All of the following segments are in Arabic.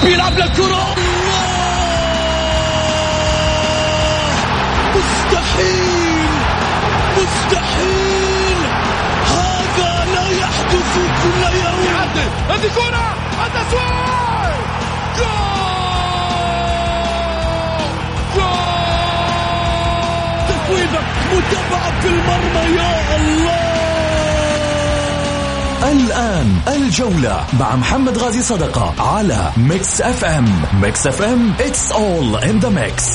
بيلعب للكرة، مستحيل مستحيل، هذا لا يحدث كل يوم. يعدل هذه كرة، التسويق، جول، تسويبة متابعة في المرمى، يا الله. الآن الجولة مع محمد غازي صدقة على ميكس اف ام. ميكس اف ام it's all in the mix.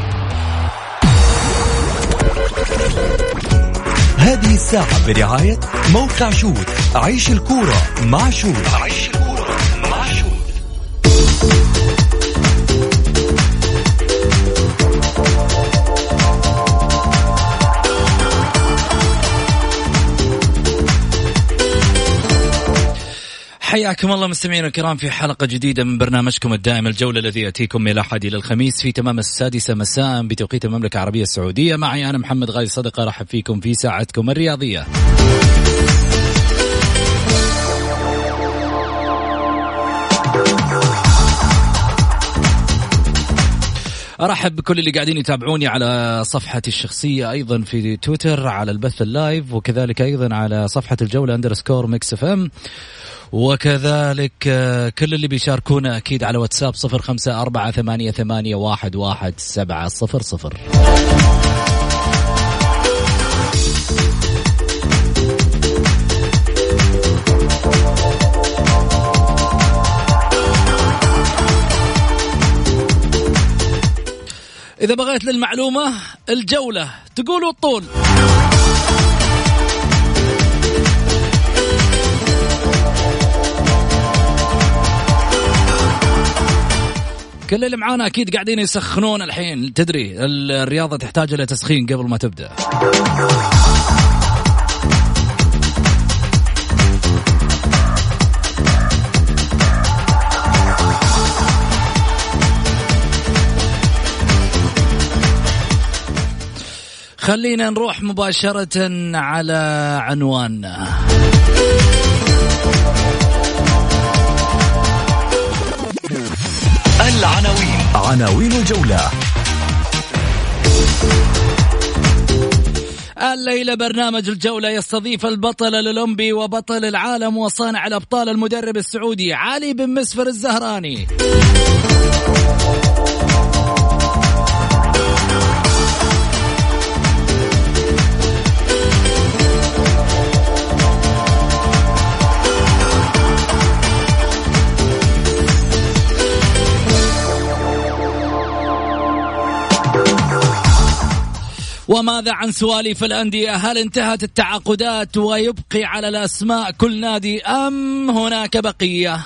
هذه الساعة برعاية موقع شوت. عيش الكورة مع شوت. حياكم الله مستمعينا الكرام في حلقة جديدة من برنامجكم الدائم الجولة، الذي يأتيكم من الأحد إلى الخميس في تمام 6 مساء بتوقيت المملكة العربية السعودية. معي أنا محمد غازي صدقة، رحب فيكم في ساعتكم الرياضية. أرحب بكل اللي قاعدين يتابعوني على صفحتي الشخصية أيضا في تويتر على البث اللايف، وكذلك أيضا على صفحة الجولة _ميكس اف ام، وكذلك كل اللي بيشاركونا أكيد على واتساب 0548811700. إذا بغيت للمعلومة الجولة تقولوا الطول. كل اللي معانا أكيد قاعدين يسخنون الحين، تدري الرياضة تحتاج إلى تسخين قبل ما تبدأ. خلينا نروح مباشرة على عنواننا. عناوين الجولة. الليلة برنامج الجولة يستضيف البطل الأولمبي وبطل العالم وصانع الأبطال المدرب السعودي علي بن مسفر الزهراني. وماذا عن سواليف الأندية؟ هل انتهت التعاقدات ويبقي على الأسماء كل نادي أم هناك بقية؟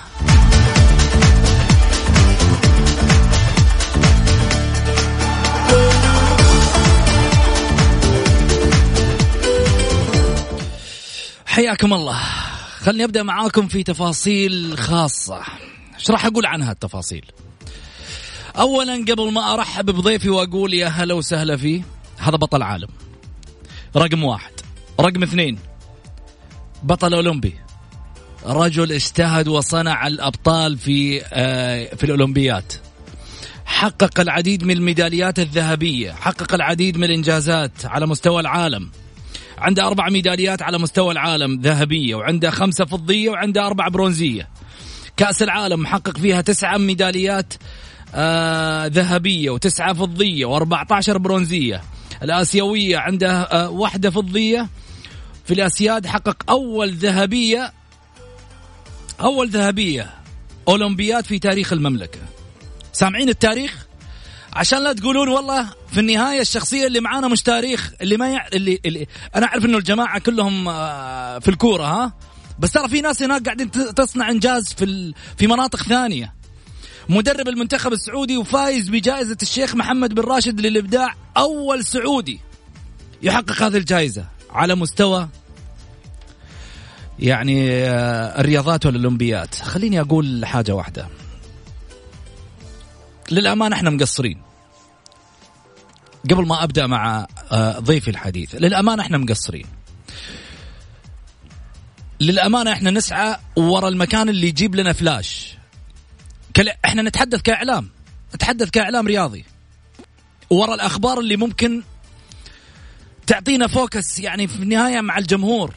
حياكم الله. خلني أبدأ معاكم في تفاصيل خاصة. ايش راح أقول عنها التفاصيل؟ أولا قبل ما أرحب بضيفي وأقول يا هلا وسهلا فيه، هذا بطل عالم رقم 1. رقم 2 بطل أولمبي، رجل اجتهد وصنع الأبطال في الأولمبيات، حقق العديد من الميداليات الذهبية، حقق العديد من الإنجازات على مستوى العالم. عنده 4 ميداليات على مستوى العالم ذهبية، وعنده 5 فضية، وعنده 4 برونزية. كأس العالم محقق فيها 9 ميداليات ذهبية و9 فضية و14 برونزية. الآسيوية عنده 1 فضية. في الآسياد حقق أول ذهبية أولمبياد في تاريخ المملكة. سامعين التاريخ؟ عشان لا تقولون والله في النهاية الشخصية اللي معانا مش تاريخ. اللي ما اللي أنا أعرف إنه الجماعة كلهم في الكورة، ها، بس ترى في ناس هناك قاعدين تصنع إنجاز في مناطق ثانية. مدرب المنتخب السعودي وفايز بجائزة الشيخ محمد بن راشد للإبداع، أول سعودي يحقق هذه الجائزة على مستوى يعني الرياضات والأولمبيات. خليني أقول حاجة واحدة، للأمانة احنا مقصرين. قبل ما أبدأ مع ضيفي الحديث، للأمانة احنا مقصرين. للأمانة احنا نسعى ورا المكان اللي يجيب لنا فلاش. احنا نتحدث كإعلام رياضي وراء الأخبار اللي ممكن تعطينا فوكس يعني في النهاية مع الجمهور،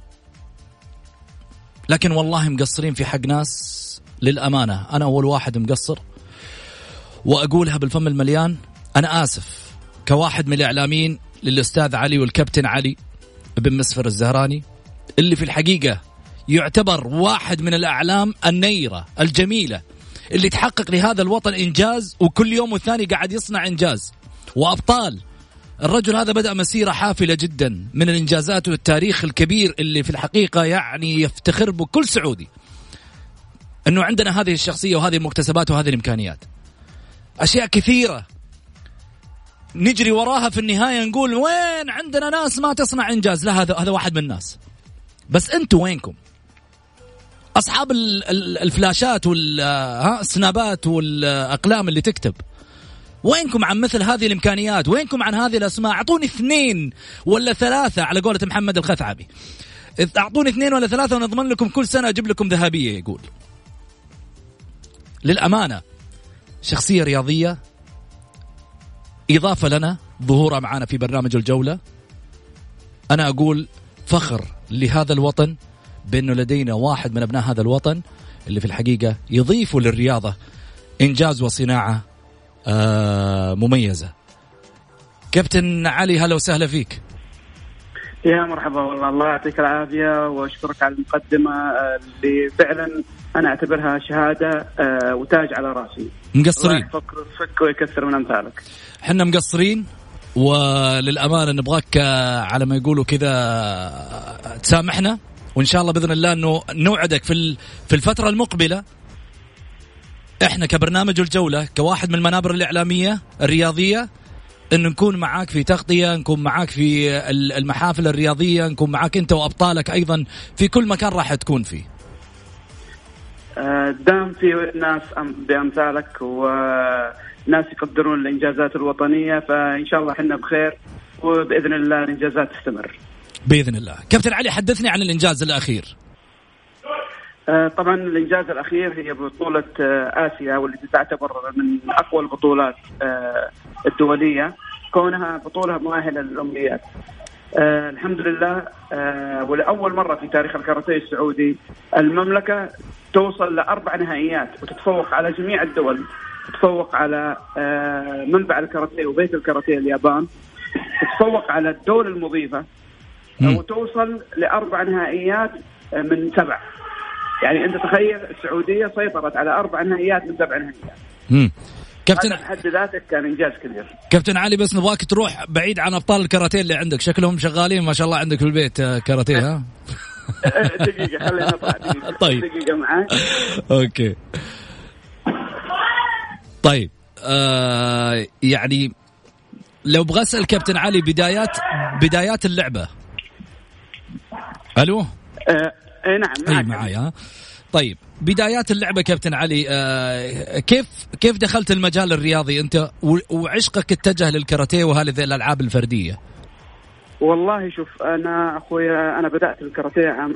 لكن والله مقصرين في حق ناس للأمانة. أنا أول واحد مقصر وأقولها بالفم المليان، أنا آسف كواحد من الإعلاميين للأستاذ علي والكابتن علي بن مسفر الزهراني، اللي في الحقيقة يعتبر واحد من الأعلام النيرة الجميلة اللي تحقق لهذا الوطن إنجاز، وكل يوم والثاني قاعد يصنع إنجاز وأبطال. الرجل هذا بدأ مسيرة حافلة جدا من الإنجازات والتاريخ الكبير اللي في الحقيقة يعني يفتخر بكل سعودي أنه عندنا هذه الشخصية وهذه المكتسبات وهذه الإمكانيات. أشياء كثيرة نجري وراها، في النهاية نقول وين عندنا ناس ما تصنع إنجاز. لا، هذا واحد من الناس. بس أنتوا وينكم أصحاب الفلاشات والسنابات والأقلام اللي تكتب؟ وينكم عن مثل هذه الإمكانيات؟ وينكم عن هذه الأسماء؟ أعطوني 2 ولا 3 على قولة محمد الخثعبي، أعطوني 2 ولا 3 ونضمن لكم كل سنة أجيب لكم ذهبية. يقول للأمانة شخصية رياضية، إضافة لنا ظهورها معنا في برنامج الجولة. أنا أقول فخر لهذا الوطن بأنه لدينا واحد من أبناء هذا الوطن اللي في الحقيقة يضيفوا للرياضة إنجاز وصناعة مميزة. كابتن علي، هلا وسهلا فيك. يا مرحبا والله، الله يعطيك العافية وأشكرك على المقدمة اللي فعلا أنا أعتبرها شهادة وتاج على رأسي. مقصرين، فك ويكسر من أمثالك. حنا مقصرين، وللأمانة نبغاك على ما يقولوا كذا تسامحنا، وإن شاء الله بإذن الله أنه نوعدك في الفترة المقبلة إحنا كبرنامج الجولة كواحد من المنابر الإعلامية الرياضية أن نكون معاك في تغطية، نكون معاك في المحافل الرياضية، نكون معاك أنت وأبطالك أيضا في كل مكان راح تكون فيه. دام في ناس بأمثالك وناس يقدرون الإنجازات الوطنية، فإن شاء الله حنا بخير وبإذن الله الإنجازات تستمر بإذن الله. كابتن علي، حدثني عن الإنجاز الأخير. طبعا الإنجاز الأخير هي بطولة آسيا، واللي تعتبر من أقوى البطولات الدولية، كونها بطولة مؤهلة للأولمبياد. الحمد لله، ولأول مرة في تاريخ الكاراتيه السعودي المملكة توصل ل4 نهائيات وتتفوق على جميع الدول، تتفوق على منبع الكاراتيه وبيت الكاراتيه اليابان، تتفوق على الدولة المضيفة، وتوصل ل4 نهائيات من 7. يعني أنت تخيل السعودية سيطرت على 4 نهائيات من 7 نهائيات. كابتن، حد ذاتك كان إنجاز كبير. كابتن علي، بس نبغاك تروح بعيد عن أبطال الكاراتيه اللي عندك، شكلهم شغالين ما شاء الله عندك في البيت كاراتيه. ها دقيقة خلينا نطلع دقيقة. طيب دقيقة معاك. أوكي طيب. يعني لو بغى أسأل كابتن علي بدايات اللعبة. ألو؟ نعم معايا. طيب بدايات اللعبة كابتن علي، كيف دخلت المجال الرياضي أنت وعشقك اتجه للكاراتيه وهذه الألعاب الفردية؟ والله شوف، أنا أخويا أنا بدأت الكاراتيه عام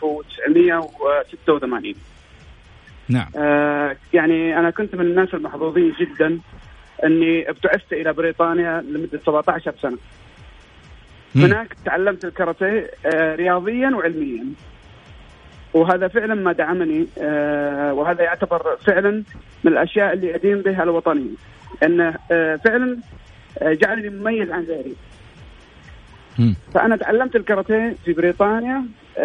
1986. نعم. يعني أنا كنت من الناس المحظوظين جدا أني ابتعثت إلى بريطانيا لمدة 17 سنة. هناك تعلمت الكاراتيه رياضيا وعلميا، وهذا فعلا ما دعمني، وهذا يعتبر فعلا من الأشياء اللي أدين بها الوطنية، أنه فعلا جعلني مميز عن غيري. فأنا تعلمت الكاراتيه في بريطانيا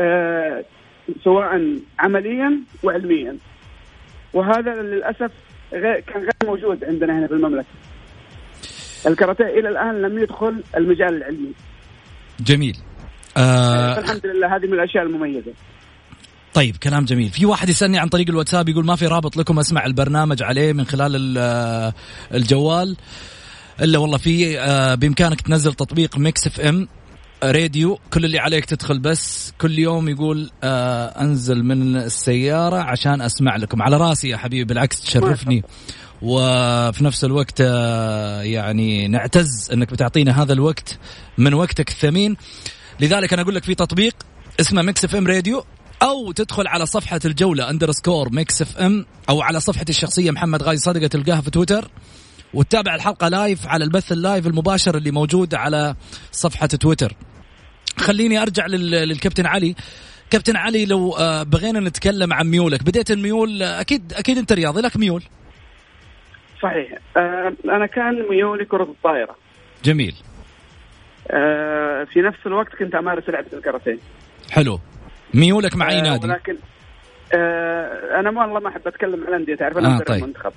سواء عمليا وعلميا، وهذا للأسف كان غير موجود عندنا هنا في المملكة. الكاراتيه إلى الآن لم يدخل المجال العلمي. جميل. الحمد لله، هذه من الأشياء المميزة. طيب كلام جميل. في واحد يسألني عن طريق الواتساب يقول ما في رابط لكم أسمع البرنامج عليه من خلال الجوال. إلا والله في، بإمكانك تنزل تطبيق ميكس اف ام راديو. كل اللي عليك تدخل بس كل يوم يقول أنزل من السيارة عشان أسمع لكم. على راسي يا حبيبي، بالعكس تشرفني، وفي نفس الوقت يعني نعتز أنك بتعطينا هذا الوقت من وقتك الثمين. لذلك أنا أقول لك في تطبيق اسمه ميكس اف ام راديو، أو تدخل على صفحة الجولة _mixfm أو على صفحتي الشخصية محمد غازي صدقة تلقاها في تويتر، وتتابع الحلقة لايف على البث اللايف المباشر اللي موجود على صفحة تويتر. خليني أرجع للكابتن علي. كابتن علي، لو بغينا نتكلم عن ميولك، بديت الميول أكيد أنت رياضي لك ميول. صحيح. أنا كان ميولي كرة الطائرة. جميل. في نفس الوقت كنت أمارس لعبة الكاراتيه. حلو. ميولك مع أي نادي؟ ولكن أنا والله ما أحب أتكلم عن الأندية، تعرف أنا طيب. المنتخب.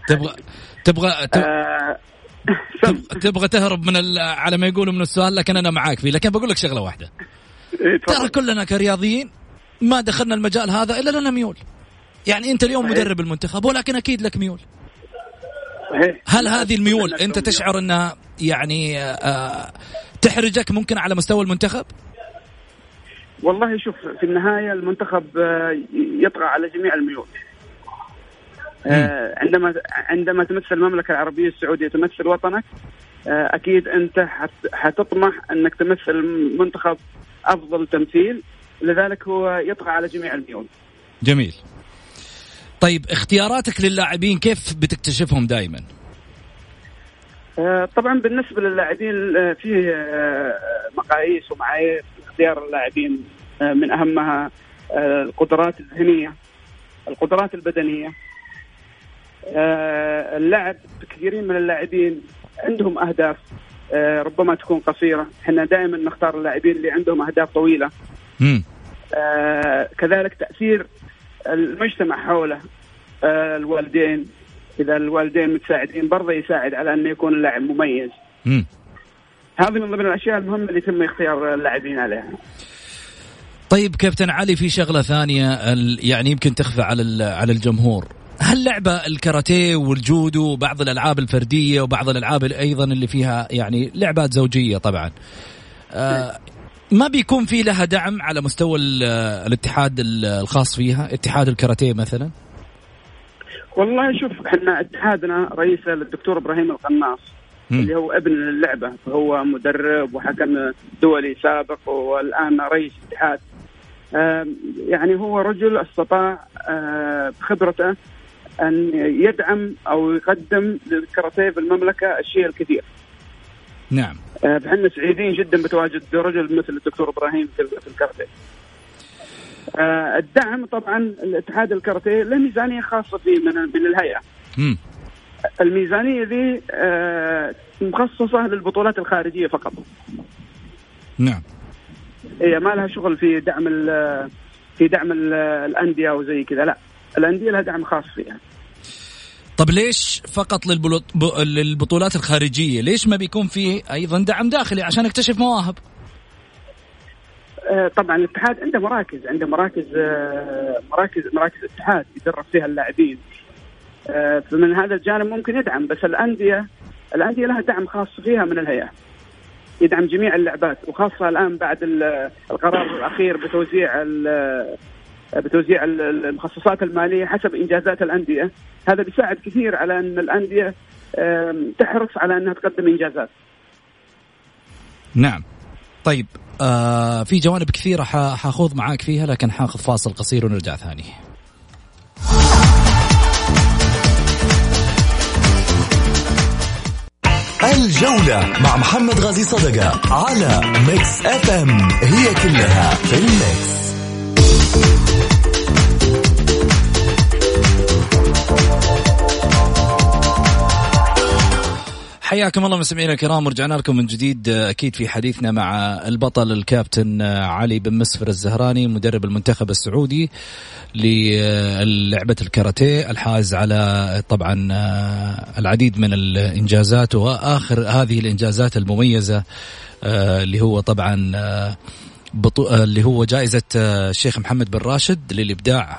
تبغى تهرب من على ما يقولوا من السؤال، لكن أنا معاك فيه. لكن بقول لك شغلة واحدة، ترى كلنا كرياضيين ما دخلنا المجال هذا إلا لنا ميول. يعني أنت اليوم مدرب المنتخب، ولكن أكيد لك ميول. هل هذه الميول أنت تشعر أنها يعني تحرجك ممكن على مستوى المنتخب؟ والله شوف، في النهاية المنتخب يطغى على جميع الميول. عندما تمثل المملكة العربية السعودية، تمثل وطنك، أكيد أنت حتطمح أنك تمثل منتخب أفضل تمثيل، لذلك هو يطغى على جميع الميول. جميل. طيب اختياراتك للاعبين كيف بتكتشفهم دائما؟ طبعا بالنسبة للاعبين فيه مقاييس ومعايير اختيار اللاعبين، من أهمها القدرات الذهنية، القدرات البدنية. اللعب، كثيرين من اللاعبين عندهم أهداف ربما تكون قصيرة، احنا دائما نختار اللاعبين اللي عندهم أهداف طويلة. كذلك تأثير المجتمع حوله، الوالدين، إذا الوالدين متساعدين برضه يساعد على أن يكون اللاعب مميز. هذه من ضمن الأشياء المهمة اللي يتم اختيار اللاعبين عليها. طيب كابتن علي، في شغلة ثانية يعني يمكن تخفى على الجمهور. هل لعبة الكاراتيه والجودو وبعض الألعاب الفردية وبعض الألعاب أيضا اللي فيها يعني لعبات زوجية طبعا، ما بيكون في لها دعم على مستوى الاتحاد الخاص فيها، اتحاد الكاراتيه مثلا؟ والله شوف، احنا اتحادنا رئيسه الدكتور إبراهيم القناص، اللي هو ابن اللعبة، هو مدرب وحكم دولي سابق والآن رئيس اتحاد. يعني هو رجل استطاع بخبرته أن يدعم أو يقدم للكاراتيه في المملكة الشيء الكثير. نعم. احنا سعيدين جدا بتواجد رجل مثل الدكتور إبراهيم في الكاراتيه. الدعم طبعا، الاتحاد الكاراتيه له ميزانية خاصة فيه من الهيئة. الميزانية ذي مخصصة للبطولات الخارجية فقط. نعم. هي ما لها شغل في دعم الأندية وزي كذا، لا، الأندية لها دعم خاص فيها. طب ليش فقط للبطولات الخارجية؟ ليش ما بيكون فيه أيضا دعم داخلي عشان اكتشف مواهب؟ طبعا الاتحاد عنده مراكز اتحاد يدرب فيها اللاعبين، فمن هذا الجانب ممكن يدعم. بس الأندية لها دعم خاص فيها من الهيئة، يدعم جميع اللعبات، وخاصة الآن بعد القرار الأخير بتوزيع المخصصات المالية حسب إنجازات الأندية. هذا بيساعد كثير على أن الأندية تحرص على أنها تقدم إنجازات. نعم. طيب في جوانب كثيرة حاخوض معاك فيها، لكن حاخذ فاصل قصير ونرجع ثاني. الجولة مع محمد غازي صدقة على ميكس اف ام، هي كلها في الميكس. حياكم الله مستمعينا الكرام، ورجعنا لكم من جديد أكيد في حديثنا مع البطل الكابتن علي بن مسفر الزهراني، مدرب المنتخب السعودي للعبة الكاراتيه، الحائز على طبعا العديد من الإنجازات، وآخر هذه الإنجازات المميزة اللي هو طبعا اللي هو جائزة الشيخ محمد بن راشد للإبداع.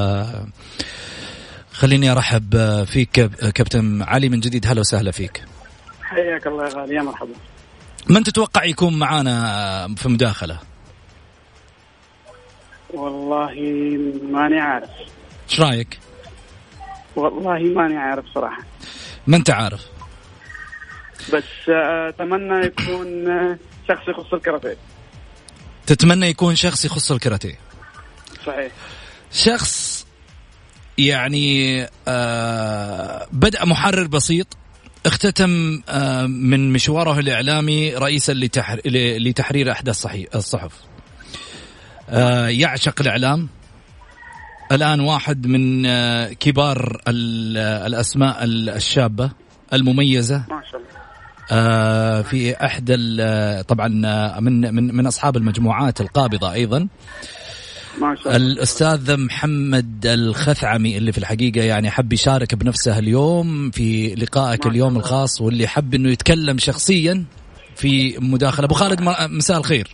خليني أرحب فيك كابتن علي من جديد، هلا وسهلا فيك. حياك الله يا غالي، يا مرحبا. من تتوقع يكون معانا في مداخلة؟ والله ماني عارف. ايش رايك؟ والله ماني عارف صراحة. ما انت عارف، بس أتمنى يكون شخص يخص الكاراتيه. تتمنى يكون شخص يخص الكاراتيه. صحيح. شخص يعني بدأ محرر بسيط، اختتم من مشواره الإعلامي رئيسا لتحرير أحد الصحف، يعشق الإعلام، الآن واحد من كبار الأسماء الشابة المميزة ما شاء الله. في أحد طبعا من أصحاب المجموعات القابضة أيضا، ما شاء الله. الأستاذ محمد الخثعمي، اللي في الحقيقة يعني حب يشارك بنفسه اليوم في لقائك اليوم الخاص، واللي حب إنه يتكلم شخصيا في مداخلة. أبو خالد مساء الخير.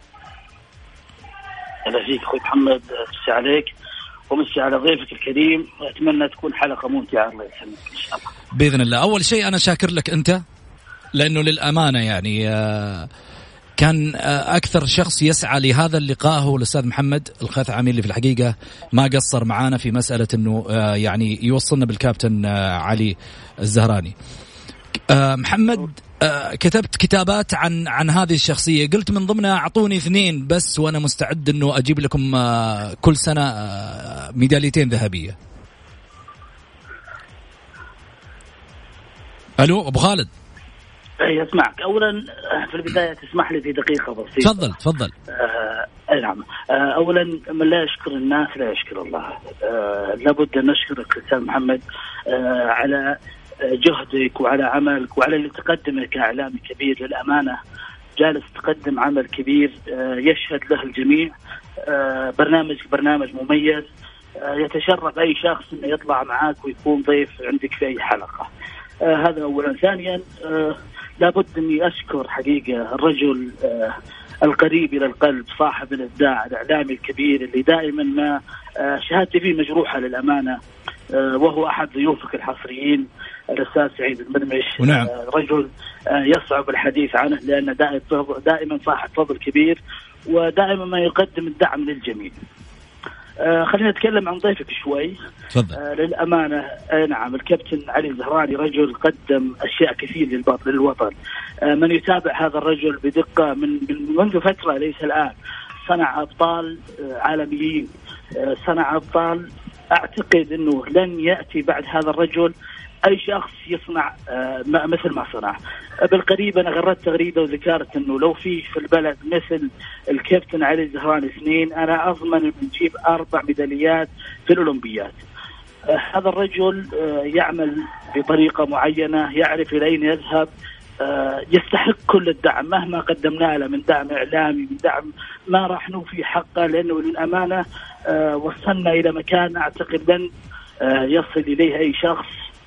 أهلا فيك أخوي محمد، مساء عليك ومساء على ضيفك الكريم، وأتمنى تكون حلقة ممتعة الله يسلمك إن شاء الله. بإذن الله. أول شيء أنا شاكر لك أنت، لأنه للأمانة يعني كان أكثر شخص يسعى لهذا اللقاء هو الأستاذ محمد الخثعمي، اللي في الحقيقة ما قصر معانا في مسألة أنه يعني يوصلنا بالكابتن علي الزهراني. محمد، كتبت كتابات عن هذه الشخصية، قلت من ضمنها أعطوني 2 بس وأنا مستعد أنه أجيب لكم كل سنة ميداليتين ذهبية. ألو أبو خالد. أي أسمعك. أولا في البداية تسمح لي في دقيقة بسيطة. تفضل. نعم. أولا من لا يشكر الناس لا يشكر الله. لابد أن نشكرك أستاذ محمد على جهدك وعلى عملك وعلى اللي تقدمه كإعلامي كبير. للأمانة جالس تقدم عمل كبير يشهد له الجميع. برنامج مميز، يتشرف أي شخص أنه يطلع معاك ويكون ضيف عندك في أي حلقة. هذا أولا. ثانيا لابد أني أشكر حقيقة الرجل القريب إلى القلب، صاحب الإبداع، الإعلامي الكبير اللي دائما ما شهادتي فيه مجروحة للأمانة، وهو أحد ضيوفك الحصريين الأستاذ سعيد المرمش. ونعم. رجل يصعب الحديث عنه لأنه دائما صاحب فضل كبير، ودائما ما يقدم الدعم للجميع. خلينا نتكلم عن ضيفك شوي. للأمانة نعم، الكابتن علي الزهراني رجل قدم أشياء كثير للوطن. من يتابع هذا الرجل بدقة منذ فترة ليس الآن، صنع أبطال عالميين، صنع أبطال أعتقد أنه لن يأتي بعد هذا الرجل أي شخص يصنع مثل ما صنع. بالقريب أنا غردت تغريدة وذكرت أنه لو في البلد مثل الكابتن علي الزهراني 2، أنا أضمن أن نجيب 4 ميداليات في الأولمبياد. هذا الرجل يعمل بطريقة معينة، يعرف إلى أين يذهب، يستحق كل الدعم مهما قدمنا له من دعم إعلامي، من دعم ما راح نوفي حقه، لأنه للأمانة وصلنا إلى مكان أعتقد لن يصل إليه أي شخص.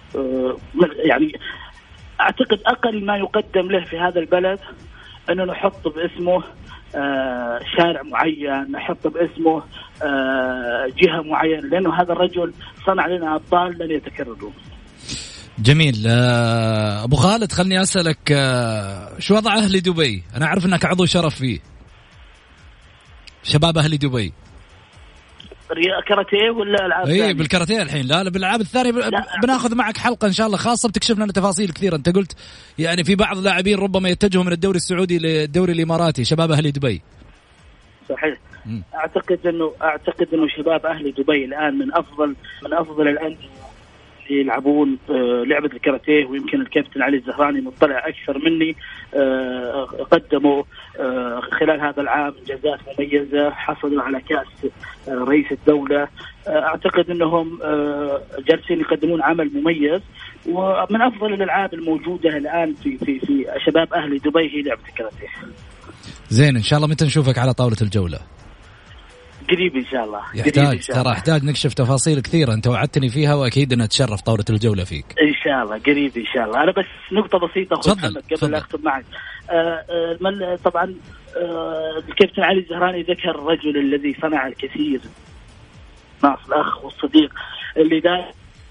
يعني أعتقد أقل ما يقدم له في هذا البلد أنه نحط باسمه شارع معين، نحط باسمه جهة معينة، لأنه هذا الرجل صنع لنا أبطال لن يتكرروا. جميل. أبو خالد، خلني أسألك شو وضع أهل دبي؟ أنا أعرف أنك عضو شرف فيه. شباب أهل دبي كاراتيه ولا ألعاب؟ إيه بالكاراتيه الحين. لا بالألعاب الثانية بناخذ معك حلقة إن شاء الله خاصة بتكشف لنا تفاصيل كثيرة. أنت قلت يعني في بعض اللاعبين ربما يتجهوا من الدوري السعودي للدوري الإماراتي، شباب أهل دبي. صحيح. أعتقد إنه شباب أهل دبي الآن من أفضل الأندية يلعبون لعبة الكاراتيه، ويمكن الكابتن علي الزهراني مطلع أكثر مني. قدموا خلال هذا العام إنجازات مميزة، حصلوا على كأس رئيس الدولة. أعتقد أنهم جالسين يقدمون عمل مميز، ومن أفضل الألعاب الموجودة الآن في شباب أهل دبي هي لعبة الكاراتيه. زين، إن شاء الله متى نشوفك على طاولة الجولة؟ قريب إن شاء الله. يحتاج نكشف تفاصيل كثيرة، أنت وعدتني فيها وأكيد أن تشرف طاولة الجولة فيك إن شاء الله. قريب إن شاء الله. أنا بس نقطة بسيطة أخوي محمد قبل لا أختم معك. طبعا الكابتن علي الزهراني ذكر الرجل الذي صنع الكثير، ناصر الأخ والصديق اللي دائما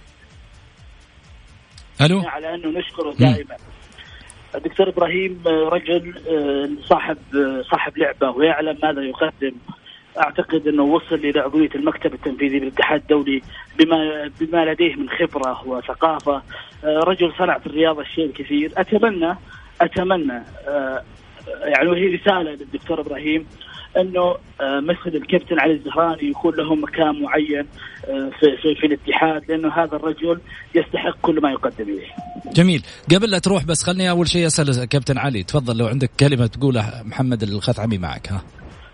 على أنه نشكره دائما. الدكتور إبراهيم رجل صاحب لعبة ويعلم ماذا يقدم. أعتقد أنه وصل إلى عضوية المكتب التنفيذي بالاتحاد الدولي بما لديه من خبرة وثقافة. رجل صنع في الرياضة الشيء الكثير. أتمنى يعني وهي رسالة للدكتور إبراهيم أنه مثل الكابتن علي الزهراني يكون له مكان معين في الاتحاد، لأنه هذا الرجل يستحق كل ما يقدم إليه. جميل. قبل لا تروح بس خلني أول شيء أسأل كابتن علي، تفضل لو عندك كلمة تقولها. محمد الخثعمي معك. ها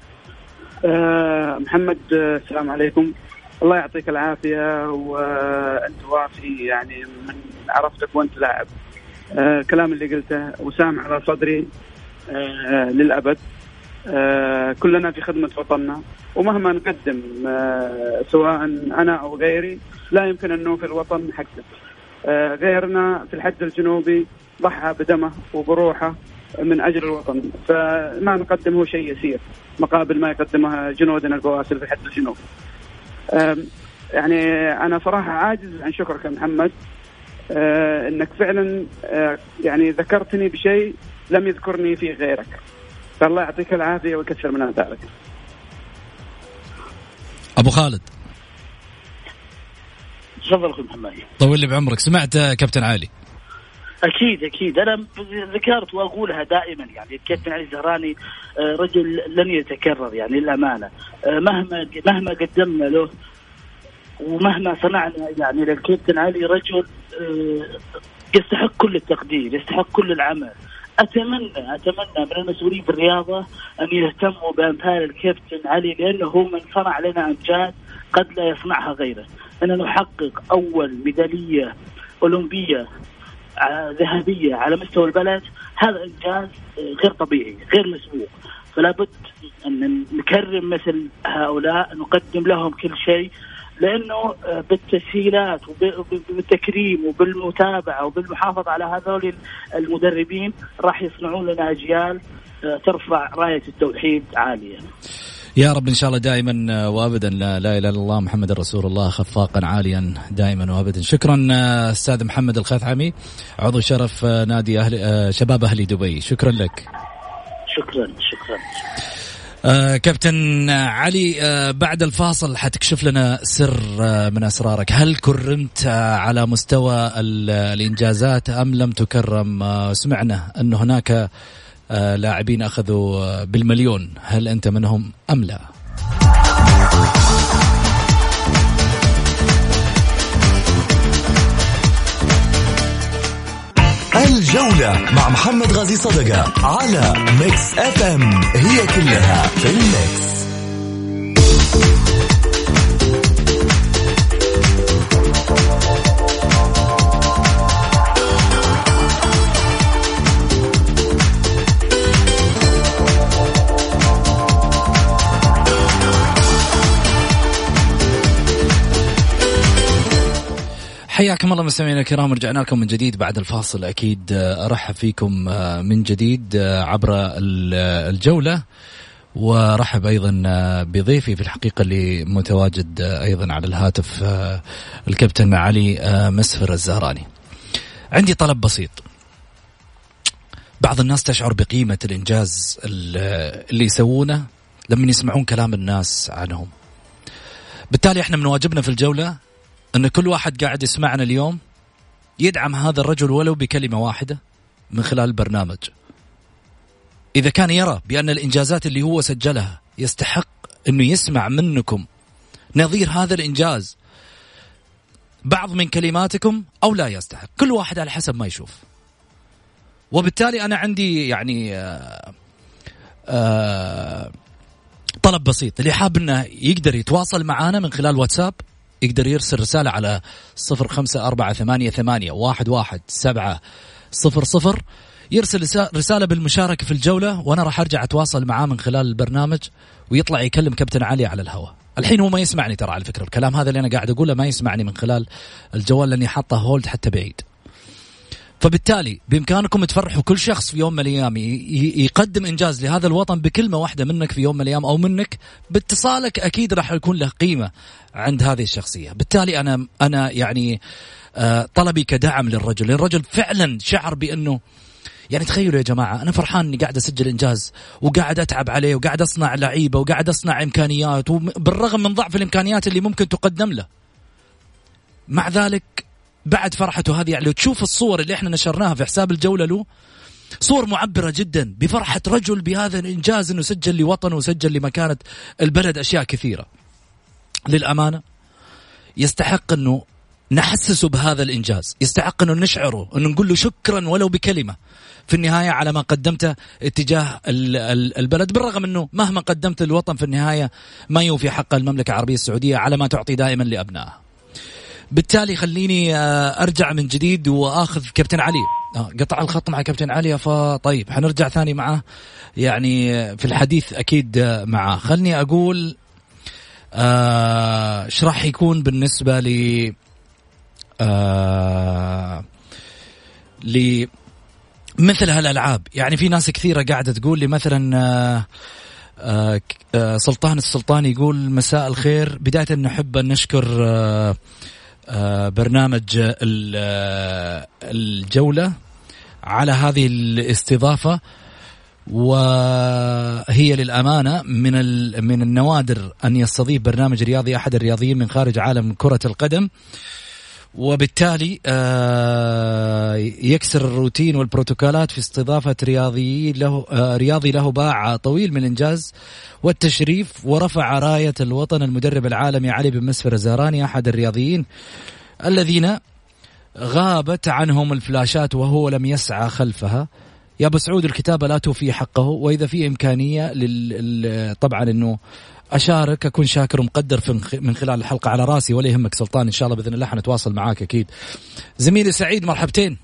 محمد، السلام عليكم. الله يعطيك العافية، وأنت وافي يعني من عرفتك وأنت لاعب. كلام اللي قلته وسام على صدري للأبد. كلنا في خدمة وطننا، ومهما نقدم سواء أنا أو غيري لا يمكن أن نوفي الوطن حقه. غيرنا في الحد الجنوبي ضحى بدمه وبروحه من أجل الوطن، فما نقدمه شيء يسير مقابل ما يقدمها جنودنا البواسل في الحد الجنوبي. يعني أنا صراحة عاجز عن شكرك يا محمد، إنك فعلا يعني ذكرتني بشيء لم يذكرني فيه غيرك، فالله يعطيك العافية ويكثر من أمثالك. أبو خالد تفضل أخي محمد. طول لي بعمرك. سمعت كابتن علي؟ أكيد أنا ذكرت وأقولها دائما، يعني الكابتن علي الزهراني رجل لن يتكرر، يعني الأمانة مهما قدمنا له ومهما صنعنا يعني للكابتن علي رجل يستحق كل التقدير، يستحق كل العمل. أتمنى من المسؤولين في الرياضة أن يهتموا بأمثال الكابتن علي، لأنه من صنع لنا أمجاد قد لا يصنعها غيره. أن نحقق أول ميدالية أولمبية ذهبية على مستوى البلد، هذا إنجاز غير طبيعي غير مسبوق، فلا بد أن نكرم مثل هؤلاء، نقدم لهم كل شيء، لأنه بالتسهيلات وبالتكريم وبالمتابعة وبالمحافظة على هذول المدربين راح يصنعون لنا أجيال ترفع راية التوحيد عالية. يا رب إن شاء الله دائما وأبدا. لا إله إلا الله محمد رسول الله، خفاقا عاليا دائما وأبدا. شكرا أستاذ محمد الخثعمي، عضو شرف نادي شباب أهلي دبي، شكرا لك. شكرا. كابتن علي، بعد الفاصل حتكشف لنا سر من أسرارك. هل كرمت على مستوى الإنجازات أم لم تكرم؟ سمعنا أن هناك لاعبين أخذوا بالمليون، هل أنت منهم أم لا؟ الجولة مع محمد غازي صدقة على ميكس اف ام، هي كلها في الميكس. حياكم الله مستمعينا الكرام، رجعنا لكم من جديد بعد الفاصل. أكيد أرحب فيكم من جديد عبر الجولة، ورحب أيضا بضيفي في الحقيقة اللي متواجد أيضا على الهاتف، الكابتن علي مسفر الزهراني. عندي طلب بسيط. بعض الناس تشعر بقيمة الإنجاز اللي يسوونه لما يسمعون كلام الناس عنهم. بالتالي احنا من واجبنا في الجولة أن كل واحد قاعد يسمعنا اليوم يدعم هذا الرجل ولو بكلمة واحدة من خلال البرنامج. إذا كان يرى بأن الإنجازات اللي هو سجلها يستحق أنه يسمع منكم نظير هذا الإنجاز بعض من كلماتكم أو لا يستحق، كل واحد على حسب ما يشوف. وبالتالي أنا عندي يعني طلب بسيط، اللي حاب أنه يقدر يتواصل معنا من خلال واتساب يقدر يرسل رسالة على 0548811700، يرسل رسالة بالمشاركة في الجولة، وأنا راح أرجع أتواصل معاه من خلال البرنامج ويطلع يكلم كابتن علي على الهواء. الحين هو ما يسمعني ترى، على فكرة الكلام هذا اللي أنا قاعد أقوله ما يسمعني من خلال الجوال لأني حاطه هولد حتى بعيد. فبالتالي بإمكانكم تفرحوا كل شخص في يوم من الأيام يقدم إنجاز لهذا الوطن بكلمة واحدة منك في يوم من الأيام، أو منك باتصالك، أكيد راح يكون له قيمة عند هذه الشخصية. بالتالي أنا يعني طلبي كدعم للرجل. الرجل فعلا شعر بأنه يعني تخيلوا يا جماعة، أنا فرحان إني قاعد أسجل إنجاز وقاعد أتعب عليه وقاعد أصنع لعيبة وقاعد أصنع إمكانيات، وبالرغم من ضعف الإمكانيات اللي ممكن تقدم له، مع ذلك بعد فرحته هذه يعني لو تشوف الصور اللي احنا نشرناها في حساب الجولة له، صور معبرة جدا بفرحة رجل بهذا الإنجاز، أنه سجل لوطنه وسجل لمكانة البلد أشياء كثيرة. للأمانة يستحق أنه نحسسه بهذا الإنجاز، يستحق أنه نشعره، أنه نقول له شكرا ولو بكلمة في النهاية على ما قدمته اتجاه البلد، بالرغم أنه مهما قدمت للوطن في النهاية ما يوفي حق المملكة العربية السعودية على ما تعطي دائما لأبنائها. بالتالي خليني أرجع من جديد وآخذ كابتن علي. قطع الخط مع كابتن علي، فطيب حنرجع ثاني معه يعني في الحديث أكيد معه. خلني أقول ايش راح يكون بالنسبة لمثل هالألعاب. يعني في ناس كثيرة قاعدة تقول لي مثلا سلطان السلطاني يقول مساء الخير، بداية نحب أن نشكر برنامج الجولة على هذه الاستضافة، وهي للأمانة من النوادر أن يستضيف برنامج رياضي أحد الرياضيين من خارج عالم كرة القدم، وبالتالي يكسر الروتين والبروتوكولات في استضافة رياضي له باع طويل من الإنجاز والتشريف، ورفع راية الوطن المدرب العالمي علي بن مسفر الزهراني أحد الرياضيين الذين غابت عنهم الفلاشات وهو لم يسعى خلفها. يا أبو سعود الكتابة لا توفي حقه، وإذا في إمكانية طبعا أنه أشارك أكون شاكر ومقدر من خلال الحلقة على راسي، ولا يهمك سلطان، إن شاء الله بإذن الله حنتواصل معاك أكيد. زميلي سعيد مرحبتين.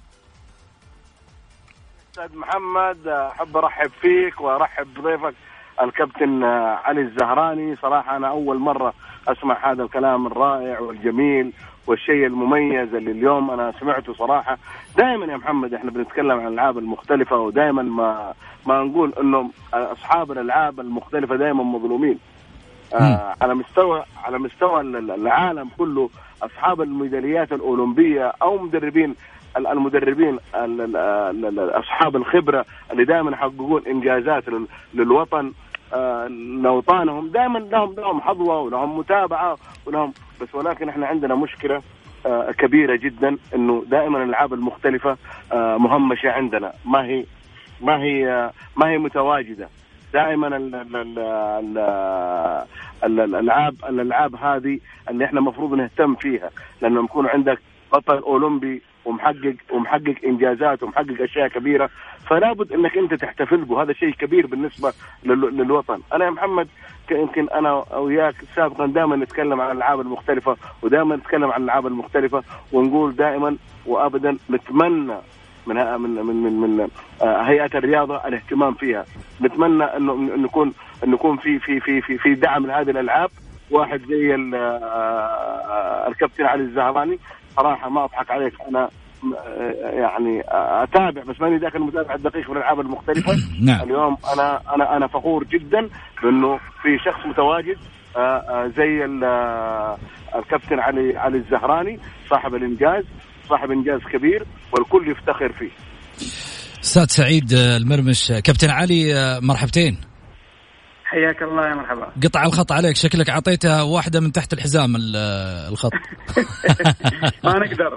أستاذ محمد أحب أرحب فيك وأرحب بضيفك الكابتن علي الزهراني. صراحة أنا أول مرة أسمع هذا الكلام الرائع والجميل والشيء المميز اللي اليوم أنا سمعته. صراحة دائما يا محمد إحنا بنتكلم عن الألعاب المختلفة، ودائما ما نقول إنه أصحاب الألعاب المختلفة دائما مظلومين. على مستوى العالم كله أصحاب الميداليات الأولمبية أو المدربين أصحاب الخبرة اللي دائما يحققون إنجازات للوطن لوطانهم، دائما لهم حظوة ولهم متابعة ولهم بس. ولكن احنا عندنا مشكلة كبيرة جدا، انه دائما الألعاب المختلفة مهمشة عندنا، ما هي متواجدة. دائما الألعاب هذه اللي احنا مفروض نهتم فيها، لأنه يكون عندك بطل أولمبي ومحقق إنجازات ومحقق أشياء كبيرة، فلا بد أنك أنت تحتفل به. هذا شيء كبير بالنسبة للوطن. أنا يا محمد يمكن أنا وياك سابقا دائما نتكلم عن الألعاب المختلفة، ودائما نتكلم عن الألعاب المختلفة، ونقول دائما وأبدا نتمنى من هيئة الرياضة الاهتمام فيها. نتمنى أنه نكون في دعم لهذه الألعاب. واحد زي الكابتن علي الزهراني، صراحة ما أضحك عليك، أنا يعني أتابع بس ماني ذاك المتابع الدقيق في الألعاب المختلفة. نعم. اليوم أنا فخور جدا بأنه في شخص متواجد زي الكابتن علي الزهراني، صاحب الإنجاز، صاحب إنجاز كبير والكل يفتخر فيه. أستاذ سعيد المرمش، كابتن علي مرحبتين. حياك الله يا مرحبا. قطع الخط عليك، شكلك عطيتها واحدة من تحت الحزام الخط. ما نقدر.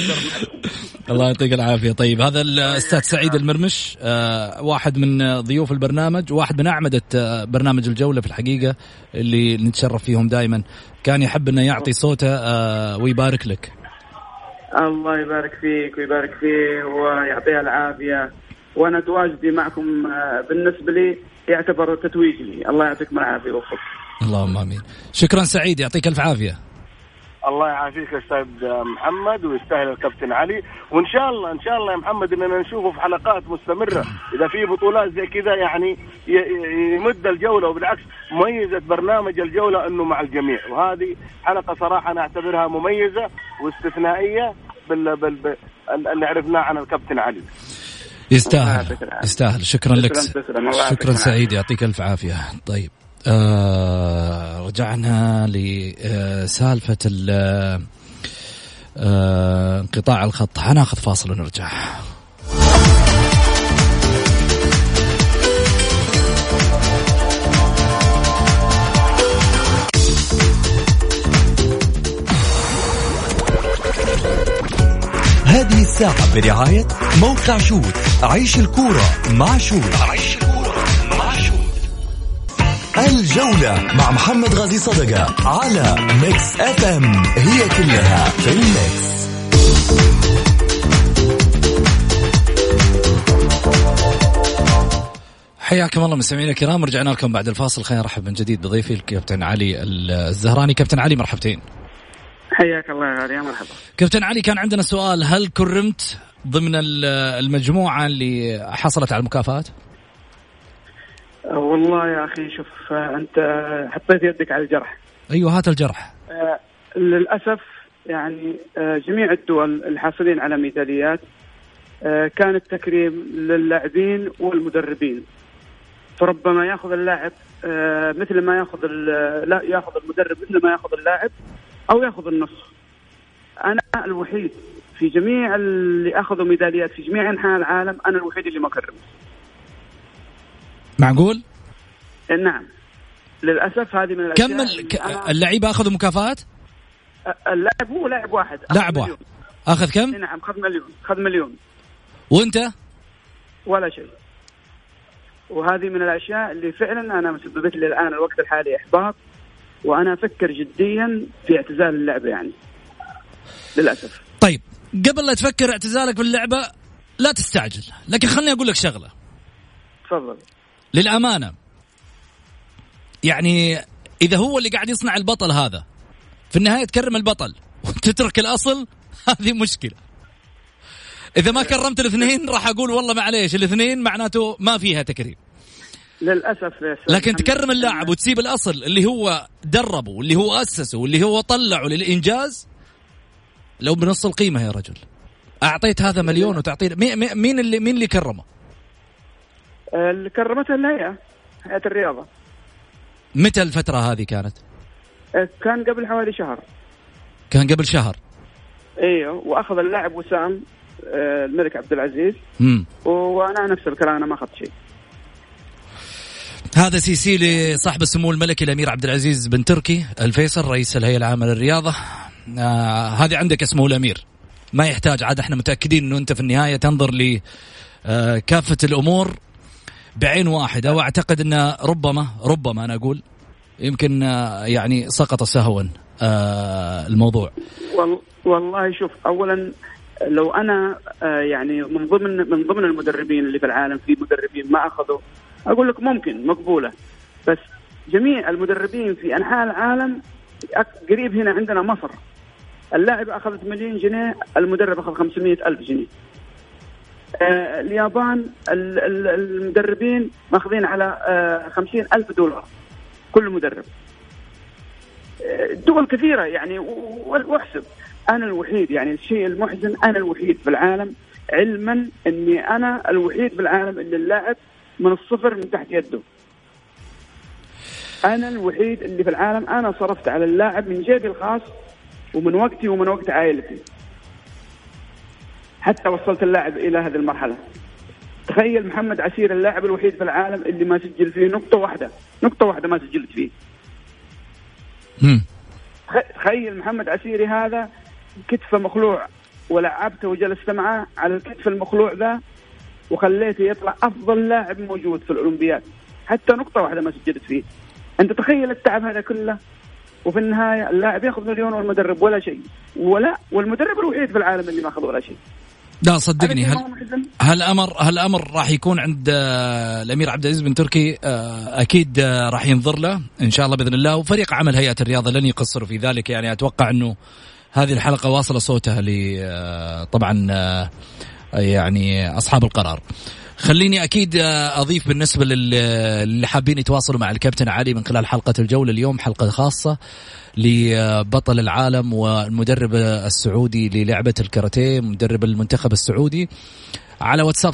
الله يعطيك العافية. طيب هذا الأستاذ سعيد المرمش، واحد من ضيوف البرنامج، واحد من أعمدة برنامج الجولة في الحقيقة اللي نتشرف فيهم دائما. كان يحب أنه يعطي صوته ويبارك لك. الله يبارك فيك ويبارك فيه ويعطيها العافية، وأنا تواجدي معكم بالنسبة لي يعتبر تتويج لي. الله يعطيكم العافية ويوفقك. اللهم آمين. شكرا سعيد، يعطيك الف عافية. الله يعافيك أستاذ محمد، ويستاهل الكابتن علي. وإن شاء الله يا محمد إننا نشوفه في حلقات مستمرة. إذا في بطولات زي كذا يعني يمد الجولة، وبالعكس ميزة برنامج الجولة إنه مع الجميع، وهذه حلقة صراحة أنا أعتبرها مميزة واستثنائية اللي عرفناه عن الكابتن علي. يستاهل. شكرا لك. شكرا سعيد، يعطيك الف عافية. طيب رجعنا لسالفة انقطاع الخط. هناخذ فاصل ونرجع. هذه الساعة برعاية موقع شوت. عيش الكورة مع شوت. الجولة مع محمد غازي صدقة على ميكس اف ام، هي كلها في الميكس. حياكم الله مستمعينا الكرام، رجعنا لكم بعد الفاصل. خلينا نرحب من جديد بضيفي الكابتن علي الزهراني. كابتن علي مرحبتين. حياك الله يا غالي، مرحبا. كابتن علي، كان عندنا سؤال، هل كرمت ضمن المجموعة اللي حصلت على المكافآت؟ والله يا أخي شوف، أنت حطيت يدك على الجرح. أيوه، هات الجرح. للأسف يعني جميع الدول الحاصلين على ميداليات كان التكريم للاعبين والمدربين، فربما ياخذ اللاعب مثل ما لا ياخذ المدرب مثل ما ياخذ اللاعب، أو ياخذ النص. أنا الوحيد في جميع اللي أخذوا ميداليات في جميع أنحاء العالم، أنا الوحيد اللي ما كرمت. معقول؟ نعم، للأسف هذه من الأشياء. كم اللعيبة أخذوا مكافآت؟ اللاعب هو لاعب واحد. لاعب واحد أخذ كم؟ نعم، خذ مليون. وأنت؟ ولا شيء. وهذه من الأشياء اللي فعلا أنا مسببت لي الآن الوقت الحالي إحباط، وأنا أفكر جديا في اعتزال اللعبة يعني، للأسف. طيب، قبل لا تفكر اعتزالك باللعبة لا تستعجل، لكن خلني أقول لك شغلة. تفضل. للأمانة يعني إذا هو اللي قاعد يصنع البطل هذا، في النهاية تكرم البطل وتترك الأصل، هذه مشكلة. إذا ما كرمت الاثنين راح أقول والله معليش، الاثنين معناته ما فيها تكريم للأسف. لكن تكرم اللاعب وتسيب الأصل اللي هو دربه واللي هو أسسه واللي هو طلعه للإنجاز لو بنص القيمة يا رجل. أعطيت هذا مليون وتعطيه مين اللي كرمه؟ اللي كرمته الهيئة الرياضة. متى الفترة هذه كانت؟ كان قبل حوالي شهر. كان قبل شهر. ايوه، واخذ اللاعب وسام الملك عبد العزيز. وانا نفس الكلام، انا ما اخذت شيء. هذا سيسي لصاحب السمو الملكي الامير عبد العزيز بن تركي الفيصل رئيس الهيئة العامة للرياضة. هذه عندك اسمه الامير، ما يحتاج عاد، احنا متأكدين انه انت في النهاية تنظر لكافة الامور بعين واحدة، واعتقد ان ربما انا اقول يمكن يعني سقط سهوا الموضوع. والله شوف، اولا لو انا يعني من ضمن المدربين اللي في العالم، في مدربين ما اخذوا، اقول لك ممكن مقبولة، بس جميع المدربين في انحاء العالم، قريب هنا عندنا مصر اللاعب اخذ 8 جنيه، المدرب اخذ 500,000 جنيه. اليابان المدربين ماخذين على 50,000 دولار كل مدرب. دول كثيرة يعني، واحسب أنا الوحيد، يعني الشيء المحزن أنا الوحيد في العالم، علما أني أنا الوحيد في العالم اللي اللاعب من الصفر من تحت يده. أنا الوحيد اللي في العالم أنا صرفت على اللاعب من جيبي الخاص ومن وقتي ومن وقت عائلتي، حتى وصلت اللاعب إلى هذه المرحلة. تخيل محمد عسير اللاعب الوحيد في العالم اللي ما سجل فيه نقطة واحدة ما سجلت فيه. تخيل محمد عسيري هذا كتفه مخلوع، ولعبته وجلست معه على الكتف المخلوع ذا وخليته يطلع أفضل لاعب موجود في الأولمبياد، حتى نقطة واحدة ما سجلت فيه. أنت تخيل التعب هذا كله، وفي النهاية اللاعب يأخذ مليون والمدرب ولا شيء، والمدرب الوحيد في العالم اللي ما أخذ ولا شيء. لا صدقني، هالأمر راح يكون عند الأمير عبد العزيز بن تركي، أكيد راح ينظر له إن شاء الله بإذن الله، وفريق عمل هيئة الرياضة لن يقصروا في ذلك. يعني أتوقع أنه هذه الحلقة واصلة صوتها طبعا يعني أصحاب القرار. خليني أكيد أضيف بالنسبة اللي حابين يتواصلوا مع الكابتن علي من خلال حلقة الجولة اليوم، حلقة خاصة لبطل العالم والمدرب السعودي للعبة الكاراتيه، مدرب المنتخب السعودي، على واتساب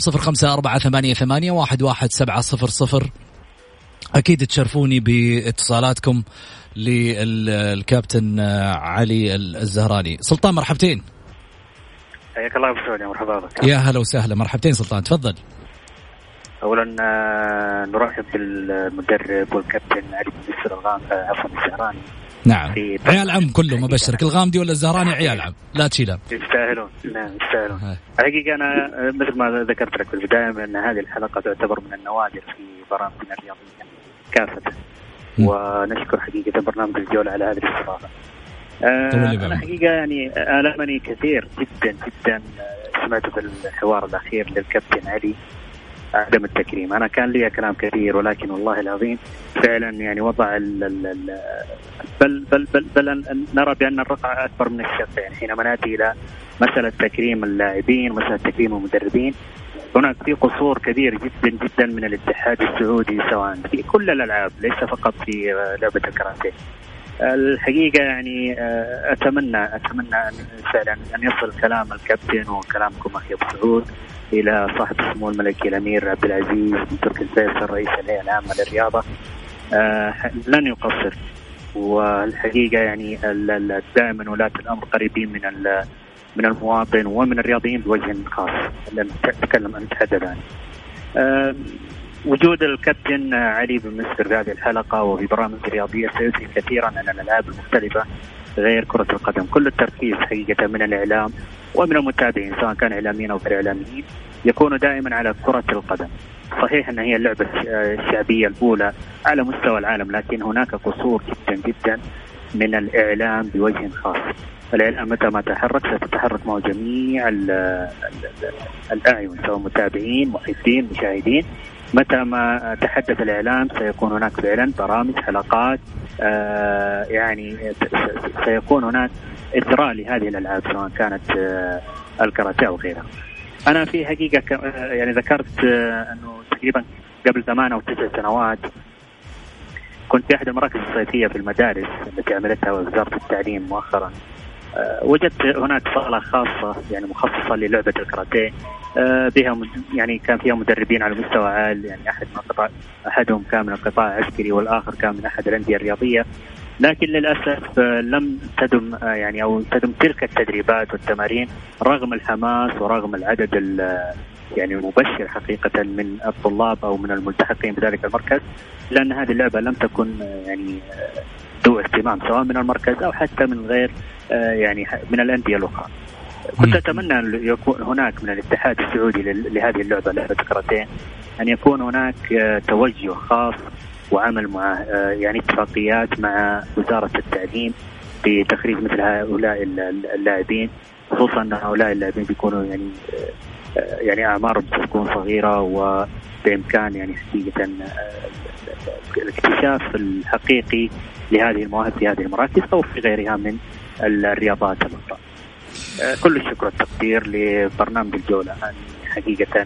0548811700. أكيد تشرفوني باتصالاتكم للكابتن علي الزهراني. سلطان مرحبتين. حياك الله ابو سعود، مرحبا بك. يا هلا وسهلا، مرحبتين سلطان، تفضل. اولا نرحب بالمدرب والكابتن علي الزهراني نعم عيال عم كلهم أبشرك، الغامدي ولا الزهراني عيال عم لا تشيلهم، يستاهلون. نعم يستاهلون. الحقيقة أنا مثل ما ذكرت لك في البداية أن هذه الحلقة تعتبر من النوادر في برامجنا الرياضية كافة، ونشكر حقيقة برنامج الجولة على هذه الاستضافة. أنا حقيقة يعني آلمني كثير جدا جدا سمعت في الحوار الأخير للكابتن علي عدم التكريم. أنا كان لي كلام كثير، ولكن والله العظيم فعلا يعني وضع بل نرى بأن الرقعة أكبر من الشق. حينما نأتي إلى مسألة تكريم اللاعبين ومسألة تكريم المدربين، هناك في قصور كبير جدا جدا من الاتحاد السعودي، سواء في كل الألعاب ليس فقط في لعبة الكاراتيه. الحقيقة يعني أتمنى فعلا أن يصل كلام الكابتن وكلامكم أخي أبو سعود إلى صاحب السمو الملكي الأمير عبد العزيز بن تركي الفيصل رئيس الهيئة العامة للرياضة. لن يقصر، والحقيقة يعني دائما ولاة الأمر قريبين من المواطن ومن الرياضيين بوجه خاص. لن نتحدث عنه. وجود الكابتن علي بن مسر في هذه الحلقة وفي برامج رياضية سيؤثر كثيرا على الألعاب المختلفة غير كرة القدم. كل التركيز حقيقة من الإعلام ومن المتابعين سواء كان إعلاميين أو غير إعلاميين يكون دائما على كرة القدم. صحيح أن هي اللعبة الشعبية الأولى على مستوى العالم، لكن هناك قصور جدا جدا من الإعلام بوجه خاص. الإعلام متى ما تحرك ستتحرك معه جميع الأعين سواء متابعين محبين مشاهدين. متى ما تحدث الإعلام سيكون هناك فعلا برامج حلقات، يعني سيكون هناك إثراء لهذه الألعاب سواء كانت الكاراتيه أو غيرها. أنا في حقيقة يعني ذكرت أنه تقريبا قبل 8 أو 9 سنوات كنت في أحد المراكز الصيفية في المدارس التي عملتها وزارة التعليم مؤخرا. وجدت هناك صالة خاصة يعني مخصصة للعبة الكاراتيه، بها يعني كان فيها مدربين على مستوى عال، يعني أحدهم كان من القطاع العسكري والآخر كان من أحد الأندية الرياضية. لكن للأسف لم تدم يعني أو تدم تلك التدريبات والتمارين رغم الحماس ورغم العدد يعني المبشر حقيقة من الطلاب أو من الملتحقين بذلك المركز، لأن هذه اللعبة لم تكن يعني ذو اهتمام سواء من المركز أو حتى من غير يعني من الأندية الأخرى. كنت أتمنى أن يكون هناك من الاتحاد السعودي لهذه اللعبة لعبة الكاراتيه أن يكون هناك توجه خاص وعمل مع يعني اتفاقيات مع وزارة التعليم بتخريج مثل هؤلاء اللاعبين، خصوصا أن هؤلاء اللاعبين بيكونوا يعني أعمارهم تكون صغيرة وبإمكان يعني حقيقة الاكتشاف الحقيقي لهذه المواهب في هذه المراكز أو في غيرها من الرياضات الأخرى. كل الشكر والتقدير لبرنامج الجولة، حقيقة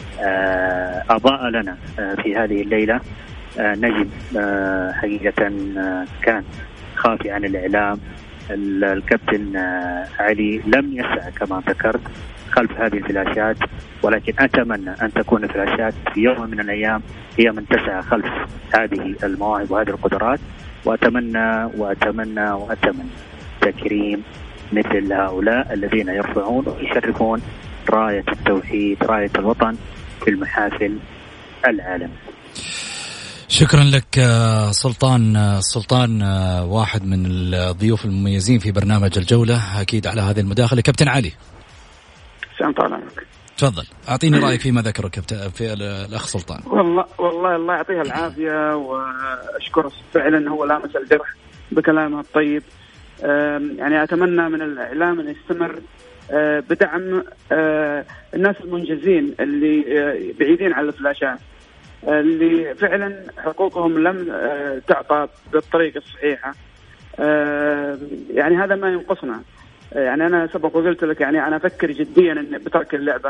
أضاء لنا في هذه الليلة نجم حقيقة كان خافي عن الإعلام. الكابتن علي لم يسعى كما ذكرت خلف هذه الفلاشات، ولكن أتمنى أن تكون الفلاشات في يوم من الأيام هي من تسعى خلف هذه المواهب وهذه القدرات. وأتمنى تكريم مثل هؤلاء الذين يرفعون ويشرفون راية التوحيد راية الوطن في المحافل العالم. شكرا لك سلطان واحد من الضيوف المميزين في برنامج الجولة أكيد على هذه المداخلة. كابتن علي تفضل أعطيني رأيك فيما ذكره كابتن في الأخ سلطان. والله الله يعطيها العافية وأشكره فعلا، هو لامس الجرح بكلامه الطيب. يعني أتمنى من الإعلام أن يستمر بدعم الناس المنجزين اللي بعيدين عن الفلاشات، اللي فعلا حقوقهم لم تعطى بالطريقة الصحيحة. يعني هذا ما ينقصنا. يعني أنا سبق وقلت لك يعني أنا أفكر جديا بترك اللعبة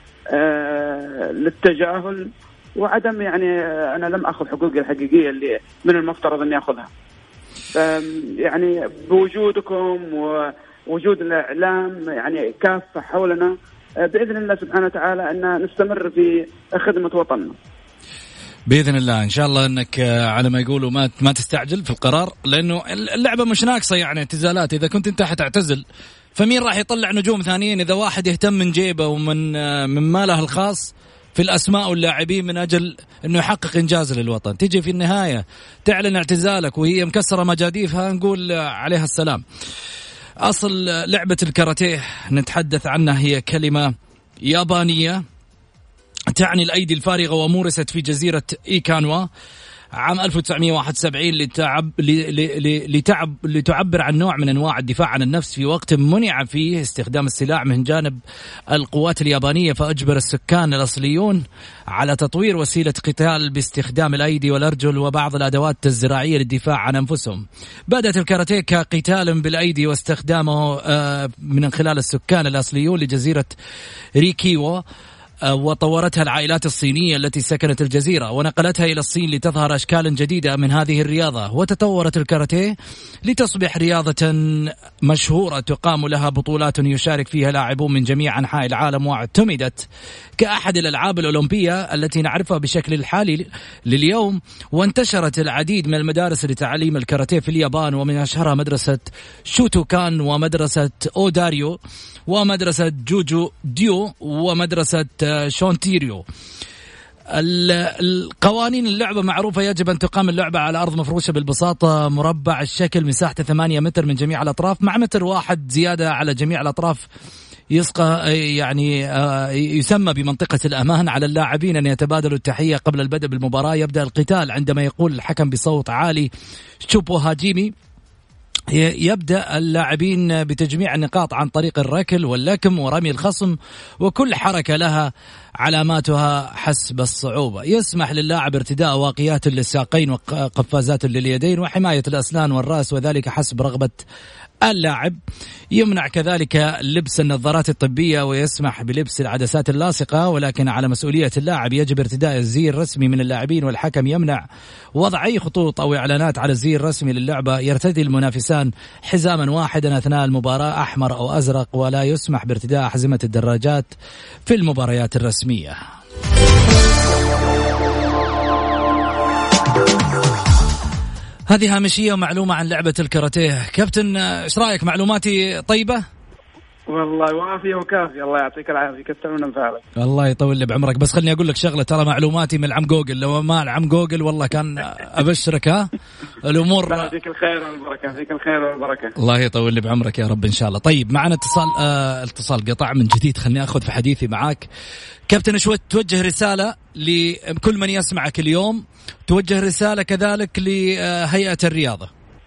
للتجاهل وعدم يعني أنا لم أخذ حقوقي الحقيقية اللي من المفترض أني أخذها. يعني بوجودكم ووجود الإعلام يعني كافة حولنا بإذن الله سبحانه وتعالى أن نستمر في خدمة وطننا بإذن الله. إن شاء الله أنك على ما يقولوا ما تستعجل في القرار، لأنه اللعبة مش ناقصة يعني اعتزالات. إذا كنت أنت حتعتزل فمين راح يطلع نجوم ثانيين؟ إذا واحد يهتم من جيبه ومن ماله الخاص في الأسماء واللاعبين من أجل أنه يحقق إنجاز للوطن. تيجي في النهاية تعلن اعتزالك وهي مكسرة مجاديفها، نقول عليها السلام. أصل لعبة الكاراتيه نتحدث عنها هي كلمة يابانية تعني الأيدي الفارغة، ومورست في جزيرة إيكانوا عام 1971 لتعبر عن نوع من أنواع الدفاع عن النفس في وقت منع فيه استخدام السلاح من جانب القوات اليابانية، فأجبر السكان الأصليون على تطوير وسيلة قتال باستخدام الأيدي والأرجل وبعض الأدوات الزراعية للدفاع عن أنفسهم. بدأت الكاراتيه كقتال بالأيدي واستخدامه من خلال السكان الأصليون لجزيرة ريكيوا، وطورتها العائلات الصينية التي سكنت الجزيرة ونقلتها إلى الصين لتظهر أشكال جديدة من هذه الرياضة. وتطورت الكاراتيه لتصبح رياضة مشهورة تقام لها بطولات يشارك فيها لاعبون من جميع أنحاء العالم، واعتمدت كأحد الألعاب الأولمبية التي نعرفها بشكل الحالي لليوم. وانتشرت العديد من المدارس لتعليم الكاراتيه في اليابان، ومن أشهرها مدرسة شوتوكان ومدرسة أوداريو ومدرسة جوجو ديو ومدرسة شونتيريو. القوانين اللعبة معروفة، يجب أن تقام اللعبة على أرض مفروشة بالبساطة مربع الشكل، مساحته 8 متر من جميع الأطراف مع متر واحد زيادة على جميع الأطراف يسمى بمنطقة الأمان. على اللاعبين أن يتبادلوا التحية قبل البدء بالمباراة. يبدأ القتال عندما يقول الحكم بصوت عالي شوبو هاجيمي. يبدأ اللاعبين بتجميع النقاط عن طريق الركل واللكم ورمي الخصم، وكل حركة لها علاماتها حسب الصعوبة. يسمح للاعب ارتداء واقيات للساقين وقفازات لليدين وحماية الأسنان والرأس، وذلك حسب رغبة اللاعب. يمنع كذلك لبس النظارات الطبية ويسمح بلبس العدسات اللاصقة، ولكن على مسؤولية اللاعب. يجب ارتداء الزي الرسمي من اللاعبين، والحكم يمنع وضع أي خطوط أو إعلانات على الزي الرسمي للعبة. يرتدي المنافسان حزاما واحدا أثناء المباراة، أحمر أو أزرق، ولا يسمح بارتداء أحزمة الدراجات في المباريات الرسمية. هذه هامشية ومعلومة عن لعبة الكاراتيه. كابتن ايش رأيك؟ معلوماتي طيبة؟ والله وافية وكافية، الله يعطيك العافية، كثر من أمثالك. الله يطول لي بعمرك. بس خلني أقول لك شغلة، ترى معلوماتي من العم جوجل، لو ما العم جوجل والله كان أبشرك. ها الأمور فيك الخير والبركة، فيك الخير والبركة. الله يطول لي بعمرك يا رب إن شاء الله. طيب معنا اتصال قطع من جديد، خلني أخذ في حديثي معاك. كابتن شوي توجه رسالة لكل من يسمعك اليوم، توجه رسالة كذلك لهيئة الرياضة.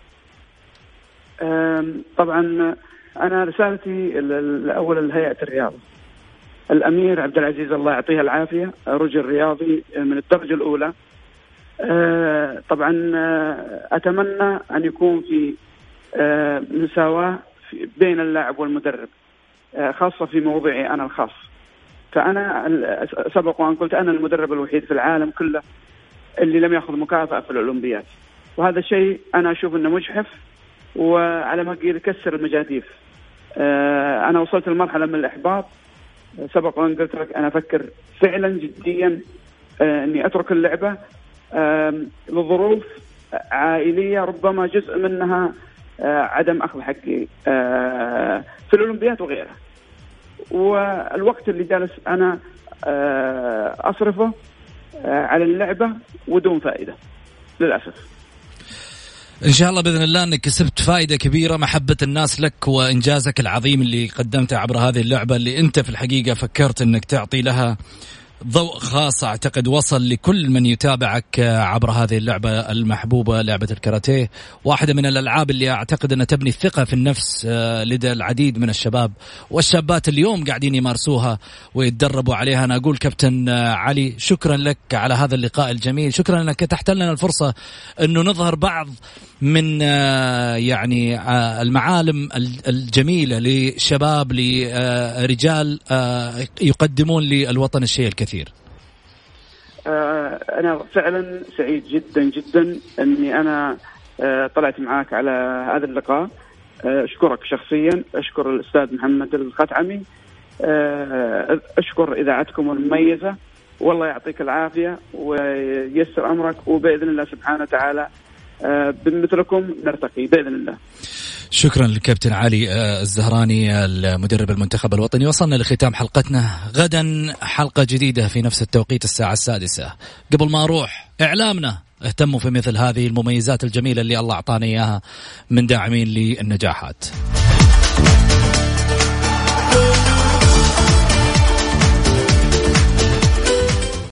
طبعا أنا رسالتي الأول لهيئة الرياضة، الأمير عبد العزيز الله يعطيه العافية، رجل رياضي من الدرجة الأولى. طبعا أتمنى أن يكون في مساواة بين اللاعب والمدرب، خاصة في موضوعي أنا الخاص. فأنا سبق وأن قلت أنا المدرب الوحيد في العالم كله اللي لم يأخذ مكافأة في الأولمبياد، وهذا شيء أنا أشوف أنه مجحف وعلى ما قيل يكسر المجاديف. أنا وصلت لمرحلة من الإحباط، سبق وأن قلت لك أنا أفكر فعلا جديا أني أترك اللعبة لظروف عائلية، ربما جزء منها عدم أخذ حقي في الأولمبياد وغيرها، والوقت اللي جالس أنا أصرفه على اللعبة ودون فائدة للأسف. إن شاء الله بإذن الله أنك كسبت فائدة كبيرة، محبة الناس لك وإنجازك العظيم اللي قدمته عبر هذه اللعبة، اللي أنت في الحقيقة فكرت أنك تعطي لها ضوء خاص أعتقد وصل لكل من يتابعك عبر هذه اللعبة المحبوبة، لعبة الكاراتيه. واحدة من الألعاب اللي أعتقد أنها تبني الثقة في النفس لدى العديد من الشباب والشابات اليوم قاعدين يمارسوها ويتدربوا عليها. أنا أقول كابتن علي شكرا لك على هذا اللقاء الجميل، شكرا أنك تحت لنا الفرصة أنه نظهر بعض من يعني المعالم الجميلة لشباب لرجال يقدمون للوطن الشيء الكثير. أنا فعلا سعيد جدا جدا أني أنا طلعت معاك على هذا اللقاء. أشكرك شخصيا، أشكر الأستاذ محمد الخطعمي، أشكر إذاعتكم المميزة، والله يعطيك العافية وييسر أمرك، وبإذن الله سبحانه وتعالى بمثلكم نرتقي بإذن الله. شكرا للكابتن علي الزهراني المدرب المنتخب الوطني. وصلنا لختام حلقتنا. غدا حلقة جديدة في نفس التوقيت الساعة 6. قبل ما أروح، إعلامنا اهتموا في مثل هذه المميزات الجميلة اللي الله أعطانا إياها من داعمين للنجاحات.